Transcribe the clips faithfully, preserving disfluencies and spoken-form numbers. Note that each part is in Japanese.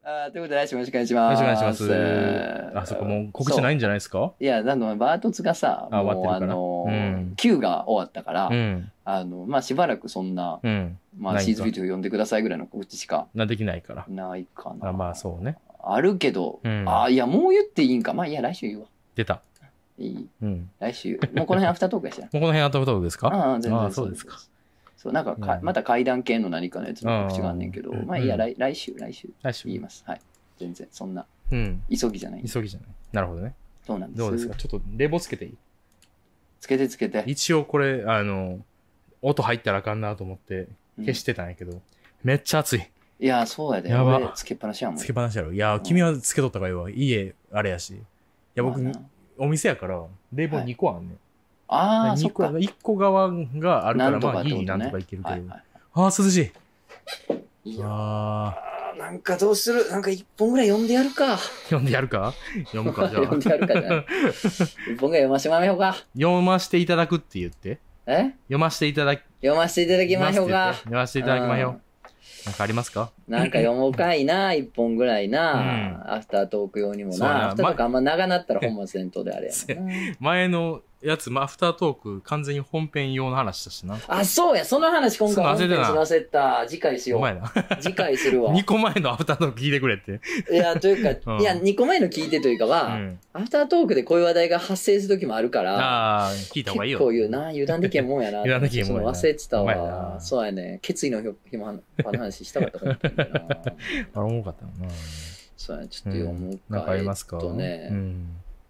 あーということで、来週もよろしくお願いしよろます。 しくお願いします。 えーあそこもう告知ないんじゃないですか？ いや、あの、バートツがさ、 あ終もう、あわってるからのうん、 Q が終わったから、 うん。 あの、まあ、しばらくそんな、 うん。 まあ、 ないんかシーズンビート呼んでくださいぐらいの告知しかな、できないから。 ないかな。 あまあ、そうね。 あるけど、 うんあ、いや、もう言っていいんか。まあ、いや、来週言うわ。 出た。 いいうん。 来週言う。もうこの辺アフタートークやしな。 もうこの辺アウトトークですか？ ああ、全然ああ、そうですか。。 そう、なんかか、 うんまた階段系の何かのやつの告知があんねんけど、 うんまあいいや、 うん来来週、来週来週言います。はい。全然、そんな、 うん。 急ぎじゃない。 急ぎじゃない。なるほどね。 そうなんです。 どうですか？ちょっと冷房つけていい？ つけてつけて。 一応これ、あの、音入ったらあかんなと思って消してたんやけど、めっちゃ暑い。 いや、そうやで。 やば俺、つけっぱなしやもん。 つけっぱなしやろ。いや、君はつけとった方がいいわ。家、あれやし。いや、僕、 まあなお店やから、冷房にこあんねん。 ああ、そ 2 っか個、。いっこ側があるから、 なんとかまあ、 ってことねいいなんとかいけるけど。 はいはいああ、涼しい。 いやあーなんかどうするなんか一本ぐらい読んでやるか。 あ、読んでやるか？読むか、じゃ読んあ。 でやるかじゃない。一本ぐらい読ませてもらいましょうか。 読ませていただくって言って。 え読ませていただき読ませていただきましょうか。 読ませていただきましょう。なんかありますか？ なんか読もうかいな、一本ぐらいな、 うんアフタートーク用にもそうやなな。アフタートークあんま長なったら本末転倒であれやせもんな。 前のやつ、まあ、アフタートーク、完全に本編用の話だしな。 あ、そうや、その話今回本編そう忘れてたなすらせた。次回しよう。 お前な。 次回するわ。 にこまえのアフタートーク聞いてくれって。 いや、というか、 うんいや、にこまえの聞いてというかうは、 ん。 アフタートークでこういう話題が発生する時もあるから、 ああ、聞いた方がいいよ。 結構言うな、油断できへんもんやな。 油断できへんもんやなその忘れてたお前なわ。そうやね。決意のひもの話したかったかったんだよな。 あれ、重かったよな。 そうや、ちょっと読もうか。 なんかありますか？ えっとね、 うん。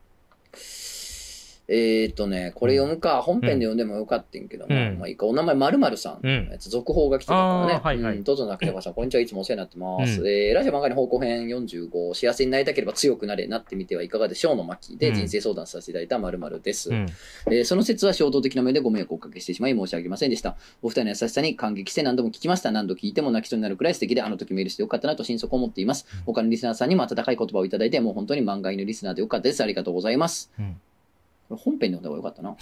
えーっとね、これ読むか、本編で読んでもよかったんけども、 うんまあいいか、お名前まるまるさん、 うんやつ続報が来てたからね。 あーはいはいうん、どうぞなくてかさん、こんにちは、いつもお世話になってます。 うんえーラジオ漫画の方向編よんじゅうご、幸せになりたければ強くなれ、なってみてはいかがでしょうの巻でうん人生相談させていただいたまるまるです。 うん。 えーその説は衝動的な面でご迷惑をおかけしてしまい申し訳ありませんでした。お二人の優しさに感激して何度も聞きました。何度聞いても泣きそうになるくらい素敵で、あの時メールしてよかったなと心底思っています。他のリスナーさんにも温かい言葉をいただいて、もう本当に漫画犬リスナーでよかったです。ありがとうございます。 うんこれ本編で読んだ方がよかったな。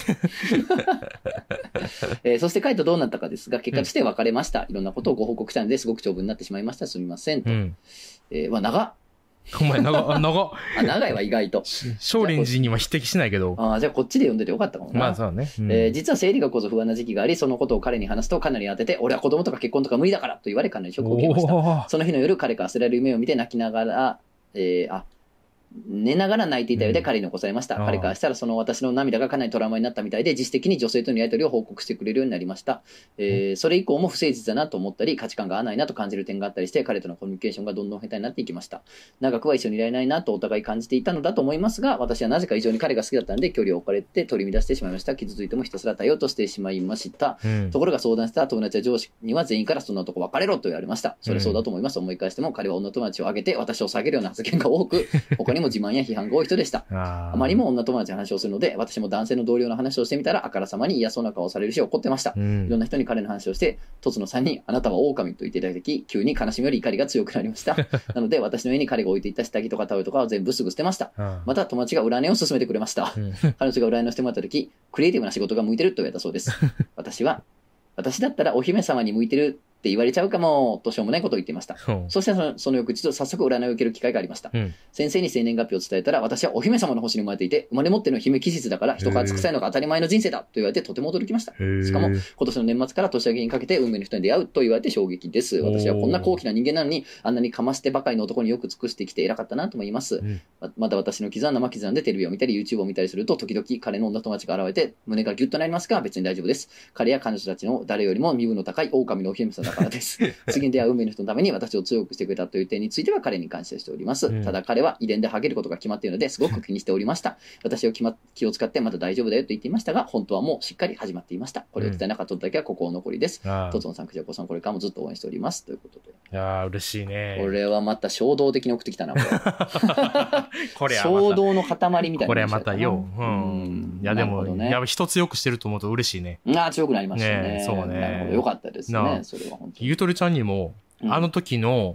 えーそして回答どうなったかですが、結果として別れました。いろんなことをご報告したのですごく長文になってしまいました。すみません。とうん。 えー、まあ、長っ。 お前、長、あ長っ。 あ、長いわ、意外と。 少林寺には匹敵しないけど。 あーじゃあこっちで読んでてよかったかもな。 まあ、そうね。うんえー実は生理がこそ不安な時期があり、そのことを彼に話すとかなり当てて、俺は子供とか結婚とか無理だからと言われかなりショックを受けました。 おーその日の夜、彼から捨てられる夢を見て泣きながら、えーあ、寝ながら泣いていたようでうん彼に起こされました。 ああ彼からしたらその私の涙がかなりトラウマになったみたいで、自主的に女性とのやり取りを報告してくれるようになりました。えーそれ以降も不誠実だなと思ったり、価値観が合わないなと感じる点があったりして、彼とのコミュニケーションがどんどん下手になっていきました。長くは一緒にいられないなとお互い感じていたのだと思いますが、私はなぜか異常に彼が好きだったので、距離を置かれて取り乱してしまいました。傷ついてもひたすら耐えようとしてしまいました。 うんところが相談した友達や上司には全員からそんな男別れろと言われました。それそうだと思います。思い返しても彼は女友達を挙げて私を下げるような発言が多く、他にも自慢や批判が多い人でした。 ああまりにも女友達の話をするので、私も男性の同僚の話をしてみたら、あからさまに嫌そうな顔をされるし怒ってました。 うんいろんな人に彼の話をして、とつのさんにあなたは狼と言っていただき、急に悲しみより怒りが強くなりました。なので私の家に彼が置いていた下着とかタオルとかを全部すぐ捨てました。 あまた友達が占いを勧めてくれました。 うん彼女が占いをしてもらった時、クリエイティブな仕事が向いてると言われたそうです。私は、私だったらお姫様に向いてるって言われちゃうかも、としょうもないことを言っていました。 うんそしてそのその翌日、早速占いを受ける機会がありました。 うん先生に生年月日を伝えたら、私はお姫様の星に生まれていて、生まれ持っての姫気質だから、人から尽くさいのが当たり前の人生だと言われてとても驚きました。 へーしかも、今年の年末から年明けにかけて運命の人に出会うと言われて衝撃です。私はこんな高貴な人間なのに、あんなにかましてばかりの男によく尽くしてきて偉かったなと思います。 うんままだ私の傷は生傷なんでテレビを見たり YouTube を見たりすると時々彼の女友達が現れて胸がギュッとなりますが別に大丈夫です。彼や彼女たちの誰よりも身分の高い狼のお姫様だからです。次に出会う運命の人のために私を強くしてくれたという点については彼に感謝しております。 うんただ彼は遺伝でハゲることが決まっているのですごく気にしておりました。私を気,、ま、気を使ってまだ大丈夫だよと言っていましたが本当はもうしっかり始まっていました。これを伝えなかっただけは心残りです。 あとつのさん、くじゃこさん、これからもずっと応援しておりますということで。 いやー嬉しいね。 これはまた衝動的に送ってきたな、これ。 これは衝また。 動の塊みたいな。 これはまたよ。う。 うんん。 いやでも、 なるほどねやっぱ一つよくしてると思うと嬉しいね。 ああ、強くなりましたね。 ねえそうねなるほど。よかったですなあね。それは本当に。 ゆとりちゃんにも、 うんあの時の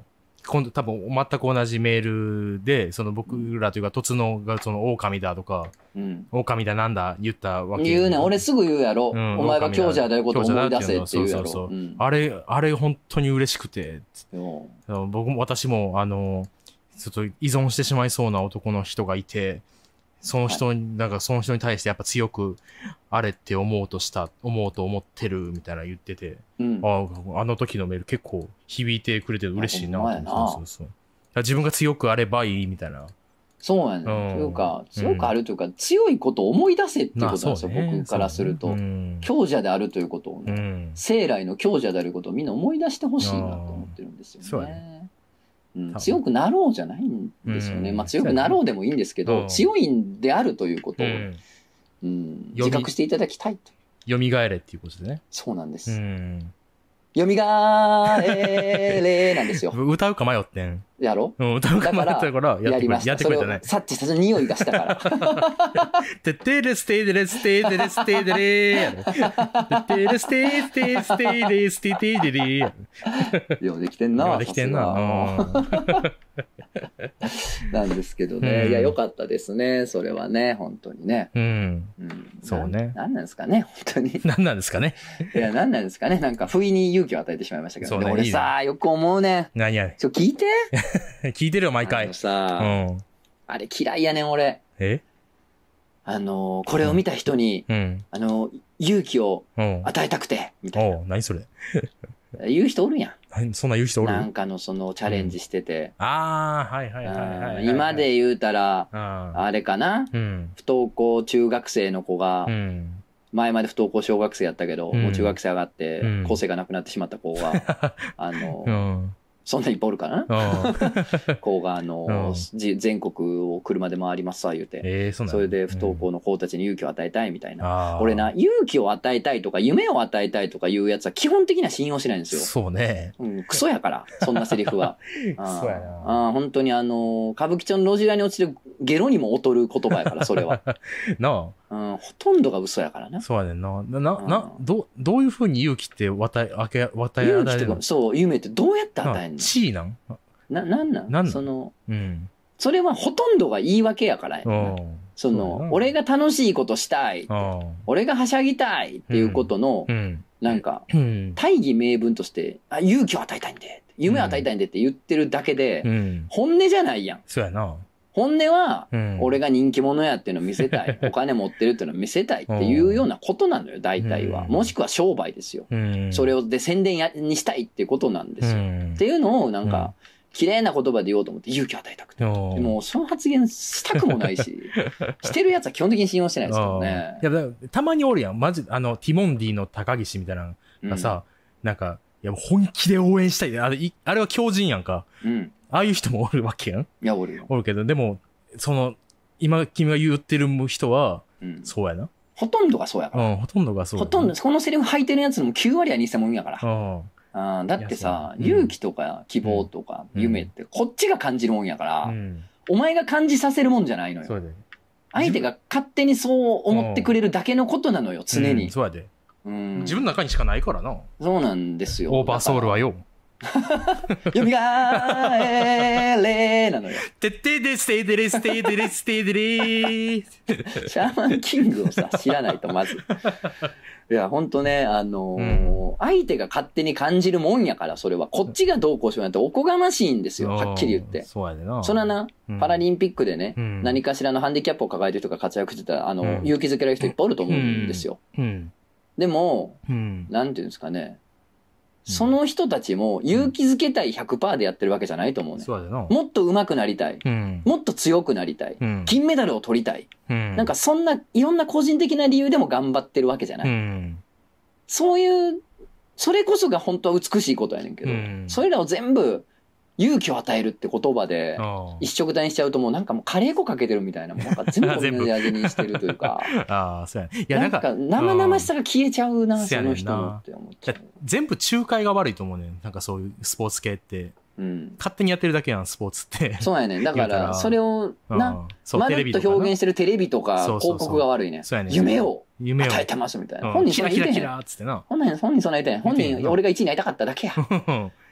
今度多分全く同じメールで、その僕らというか、とつのがその狼だとか、 うん。 狼だなんだ言ったわけ。 言うね。俺すぐ言うやろ。 うんお前は強者であることを思い出せって言うやろ。 そうそうそう。 うんあれ、あれ本当に嬉しくて。 そう僕も、私も、あの、ちょっと依存してしまいそうな男の人がいて、その人に、なんかその人に対してやっぱ強くあれって思うとした、思うと思ってるみたいな言ってて、 うん。 ああの時のメール結構響いてくれて嬉しいなと思って。 あほんまやなそうそうそう。だから自分が強くあればいいみたいな。 そうやね。 うんというか、強くあるというか、強いことを思い出せっていうことなんですよ、 まあそうね僕からすると。 そうねうん強者であるということをね、 うん生来の強者であることをみんな思い出してほしいなと思ってるんですよね。 そうやねうん、 多分強くなろうじゃないんですよね。 うんまあ強くなろうでもいいんですけど、 うん強いんであるということを、 うんうん、 読み自覚していただきたいという。 蘇れっていうことでね。 そうなんでうす。 ん。 よみがえれなんですよ。 歌うか迷ってん。 やろうん、歌うか迷ったから、やってくれやりました。 やってくれたね。 それを察知させる匂いがしたから。 てってれステーデレステーデレステーデレーやろ。てってれステーステーステーデステーデレーやろ。 ようできてんな。 できてんな。 さすがなんですけどね。 うんいや、よかったですね。それはね、本当にね。 うん。 うん、 そうねな。なんなんですかね、本当に。 何なんですかね。 いや、なんなんですかね。なんか、不意に勇気を与えてしまいましたけど、 そうねでも俺さ、よく思うね。 何や。 ちょ、聞いて。 聞いてるよ、毎あ回。うのさ、 ん。 あれ嫌いやねん、俺。 えあのー、これを見た人に、 うん。 あのー、勇気をうん。 与えたくて、みたいおう、何それ。 な。言う人おるや何そんな言う人おん。 るなんかのそのチャレンジしてて。 ああ、はいはいはいはいはい。 うん今で言うたら、 ああ。 あれかなうん。 不登校中学生の子がう、ん。 前まで不登校小学生やったけど、 うんもう中学生上がってう、ん個性がなくなってしまった子が、あのう、ん。 そんなにいっぱいおるかなうん。 子が、あのう、 じ全国を車で回りますわ、言うて。 ええ、そうなんそれで不登校の子たちに勇気を与えたいみたいな。 ああ。 俺な、勇気を与えたいとか、夢を与えたいとかいうやつは基本的には信用しないんですよ。 そうね。 うん、クソやから、そんなセリフは。あそうやなああ本当にあの、歌舞伎町の路地裏に落ちてるゲロにも劣る言葉やから、それは。 なうん、ほとんどが嘘やからあ。 な。 そうやねんな。な、な、 うんな、ど、どういうふうに勇気って与え、与え、与え勇気られるのとか、そう、夢ってどうやって与えなんの地位なんな、なんなんなんなんその、 うん。 それはほとんどが言い訳やからやうな。 ん。 その、 うやな俺が楽しいことしたい。 ああ。 俺がはしゃぎたいっていうことの、 うん。 なんか、 うん。 大義名分として、あ、勇気を与えたいんで、夢を与えたいんでって言ってるだけで、 うん。 本音じゃないやん。 そうやな。 本音は、 うん。 俺が人気者やっていうのを見せたい。お金持ってるっていうのを見せたいっていうようなことなのよ、大体は。 うんもしくは商売ですよ。 うん。 それをで宣伝やにしたいっていうことなんですよ。 んっていうのをなんか、綺麗な言葉で言おうと思って勇気を与えたくて。 うんでもその発言したくもないし、してるやつは基本的に信用してないですけどねい。や、だからたまにおるやん。マジ、あの、ティモンディの高岸みたいなのがさ、なんか、いや、もう本気で応援したい。あれ、いあれは強靭やんか。 うん。うん。 ああいう人もおるわけやん。 いや、おるよ。 おるけど、でも、その、今君が言ってる人は、 うん。 そうやな。 ほとんどがそうやから。 うん、ほとんどがそうやな。 ほとんど、このセリフ吐いてるやつのきゅう割は偽物やから。 うん。 あーだってさ、 いやそううん勇気とか希望とかうん夢ってこっちが感じるもんやから、 うん。 お前が感じさせるもんじゃないのよ。 そうやで。 相手が勝手にそう思ってくれるだけのことなのよ、常うんに。 そうやで。 うん自分の中にしかないからな。 そうなんですよ。 オーバーソウルはよ。 よ。 よみがえれなのよ。 てってでステイデレステイデレステイデレー。 シャーマンキングをさ、知らないとまず。いや、ほんとね、あのー相手が勝手に感じるもんやから、それは。こっちがどうこうしようなんておこがましいんですよ、はっきり言って。 そうやでな。 それはな、 うんパラリンピックでね、 うん何かしらのハンディキャップを抱えてる人が活躍してたら、あの、 うん勇気づけられる人いっぱいおると思うんですよ。 うん。 でも、 うん。 なんていうんですかね、 うんその人たちも勇気づけたい ひゃくパーセント でやってるわけじゃないと思うね。 そうやでな。 もっと上手くなりたい。 うん。 もっと強くなりたい。 うん。 金メダルを取りたい。 うん。 なんかそんないろんな個人的な理由でも頑張ってるわけじゃない。 うん。 そういう、それこそが本当は美しいことやねんけど、 うんそれらを全部勇気を与えるって言葉であ一色体にしちゃうともうなんかもうカレー粉かけてるみたいな、もうなんか全部全部同じ味にしてるというか、 ああ、そうやね。いや、 ななんんか、 か生々しさが消えちゃうな、 うんその人のって思っちゃいうやう。 全部仲介が悪いと思うねん。なんかそういうスポーツ系って。 うん。 勝手にやってるだけやん、スポーツって。 そうやねん。だから、 言うたらそれをうんな、 そう、 まテレるっと表ビとかな現してるテレビとかそうそうそう広告が悪いね。 そうやねん夢を夢を。 与えてますみたいな。 うん本人キラそれ言ってへん。 キラキラーっつってな。 本人、本人そんな言ってへん。本人、 言ってへんな俺がいちいになりたかっただけや。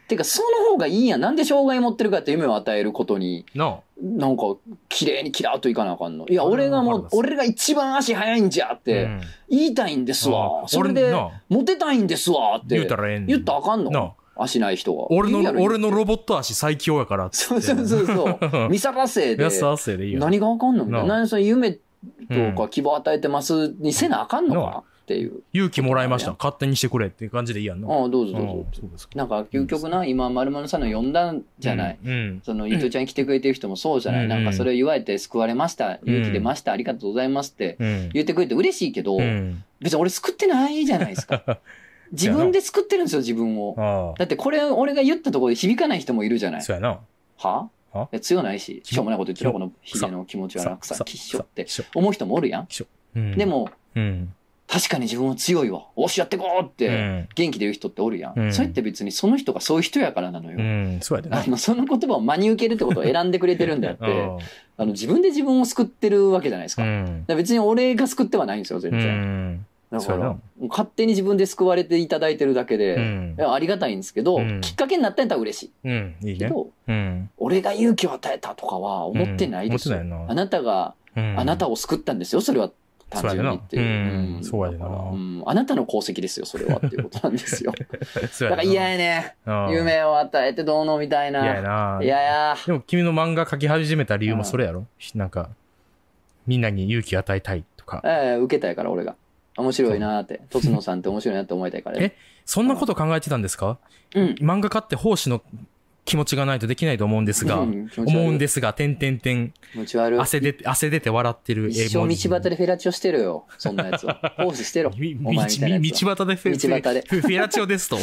てか、その方がいいんや。なんで障害持ってるかって夢を与えることに、 ななんか、綺麗にキラーっといかなあかんの。いや、 あれは俺がもう、 腹立つ俺が一番足速いんじゃっあ。 て、 うん言いたいんですわ。 あそれで俺な、 モテたいんですわって。 言うたらええん言ったらあかんなの足ない人が。 俺の、 いいやろ俺のロボット足最強やからっつって。 そうそうそうそう。見さらせでや。す汗でいいよ。 何があかんのみたいな。 なあ何それ夢とうんか希望与えてますにせなあかんのなかっていう。 勇気もらいました。勝手にしてくれっていう感じでいいやんな。 ああ、どうぞどうぞうん。そうですか。 なんか、究極な、今、まるまるさんの呼んだんじゃない。 うん。うんその、伊藤ちゃんに来てくれてる人もそうじゃない。 うんなんか、それを言われて救われました。勇気出ました。ありがとうございますってうん。 言ってくれて嬉しいけどう、ん。 別に俺救ってないじゃないですか。自分で救ってるんですよ、自分を。 あだってこれ、俺が言ったところで響かない人もいるじゃなあ。 い。 そうやな。 ははえ強ないし、しょうもないこと言ってるしょこのヒゲの気持ちはなくさ、 さきっしょってさ思う人もおるやん。 うんで、も、 うん。 確かに自分は強いわ。おしやってこうっうて、 ん。 元気で言う人っておるやん。 うんそれって別にその人がそういう人やからなのよ。 うん。そうやでな。 あの、その言葉を真に受けるってことを選んでくれてるんであって、 ああの、自分で自分を救ってるわけじゃないですか。 あ。うだかん。 ら別に俺が救ってはないんですよ、全う然。 ん。 だから、 そうやなもう勝手に自分で救われていただいてるだけで、 うんいやありがたいんですけど、 うんきっかけになったんやったら嬉しい。 うん。いいね。 けど、 うん。 俺が勇気を与えたとかは思ってないですよ。 うん思ってないなあなたが、 うんあなたを救ったんですよ、それは。単純にっていう。 そうやなうんそうやでなだからうんあなたの功績ですよ、それはっていうことなんですよ。 そうやなだから嫌やね。 うん夢を与えてどうのみたいな。 嫌やな。 いやや。 でも君の漫画描き始めた理由もそれやろなんか、みんなに勇気与えたいとか。 ええ受けたいから、俺が。面白いなーって。とつのさんって面白いなって思いたいから。 えそんなこと考えてたんですかうん。 漫画家って奉仕の気持ちがないとできないと思うんですが、 うん気持ち悪い思うんですが、てんてんてん、 気持ち悪い。 汗出て、汗出て笑ってる一生道端でフェラチオしてるよ。そんなやつは。奉仕してろ。 みお前みたいなやつは。 道端でフェ道端でフェフェラチオですと。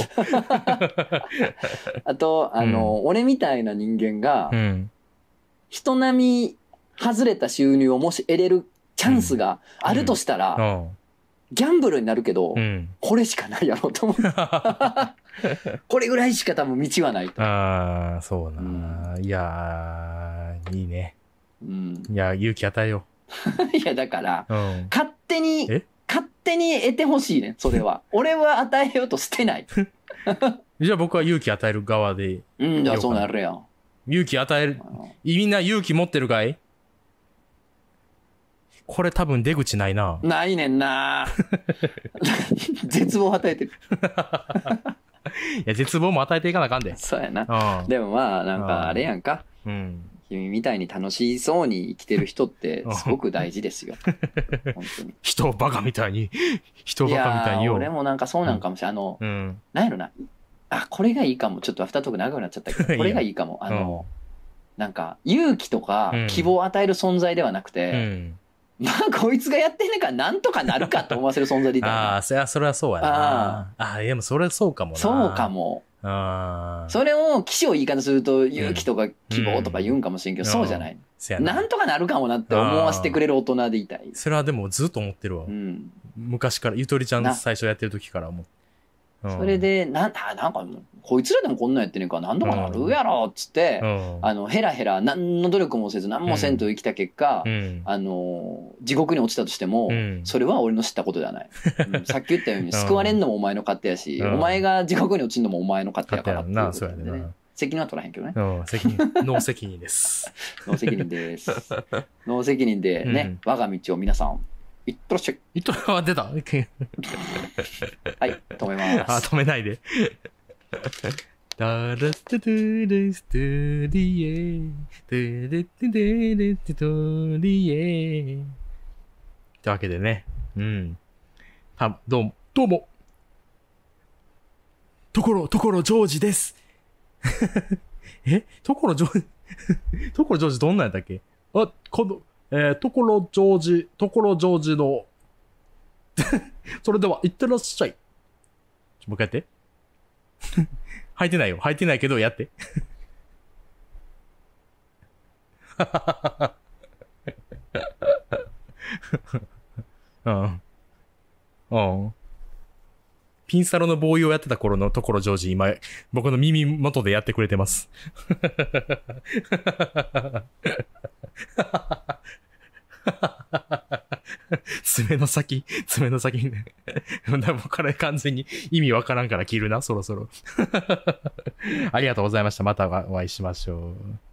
あと、あの、俺みたいな人間がう、ん。 人並み外れた収入をもし得れるチャンスがあるとしたら、 うん。 ギャンブルになるけど、 うん。 これしかないやろうと思う。これぐらいしか多分道はないと。 ああ、そうな、いやー、いいね。 うん、 いや、勇気与えよいや、だから、 う。うん。 勝手にえ、 勝手に得てほしいね、それは。俺は与えようとしてない。 じゃあ僕は勇気与える側で、 うん、じゃあそうなるよ。 勇気与えるあ、のみんな勇気持ってるかいこれ多分出口ないな。 ないねんな絶望を与えてる。 いや、絶望も与えていかなあかんで。 そうやな。 うん。 でもまあ、なんかあれやんか。 うん。 君みたいに楽しそうに生きてる人ってすごく大事ですよ。本当に。 人をバカみたいに、人をいバカみたいに言おう。 やー俺もなんかそうなんかもしれない。あの、 うん。 なんやろな。あ、これがいいかも。ちょっとアフタートーク長くなっちゃったけど、これがいいかも。あの、なんか、勇気とかうん希望を与える存在ではなくうて、 ん。 まあ、こいつがやってんねんからなんとかなるかと思わせる存在でいたいな。 ああ、そりゃ、それはそうやな。ああ、でもそれはそうかもな。 そうか。も。 ああ。 それを、騎士を言い方すると、勇気とか希望とか言うんかもしれんけど、 うんそうじゃない。 そやな。 なんとかなるかもなって思わせてくれる大人でいたい。 それはでもずっと思ってるわう。ん。 昔から、ゆとりちゃんな最初やってる時から思う。うんそれ、で、なん、あ、なんかもう、こいつらでもこんなんやってんねんから、なんとかなるやろっつってう、ん。 あの、ヘラヘラ、何の努力もせず、何もせんと生きた結果う、ん。 あの、地獄に落ちたとしてもう、んそれは俺の知ったことではない。うんさっき言ったように、救われんのもお前の勝手やし、 うんお前が地獄に落ちんのもお前の勝手勝やからっていう手やんな、そうやでなことでね。。責任は取らへんけどね。 うん、責任、ノー責任です。 ノー責任です。ノー責任でね、我が道を皆さん、いってらっしゃい。 糸は出たはい、止めまあ、 す。 止めないで。ダラッタドゥレストリエデレテデレテトリエってわけでね。うん。た、どうも、どうも。ところ、ところジョージです。えところジョージ、ところジョージどんなんやったっけあ、この、えー、ところジョージ、ところジョージの、それでは、いってらっしゃい。ちょ、もう一回やって。履いてないよ。履いてないけど、やって。うん。うん。ピンサロのボーイをやってた頃のところジョージ、今、僕の耳元でやってくれてます。 爪の先、爪の先にね。でもこれ完全に意味わからんから切るな、そろそろ。ありがとうございました。またお会いしましょう。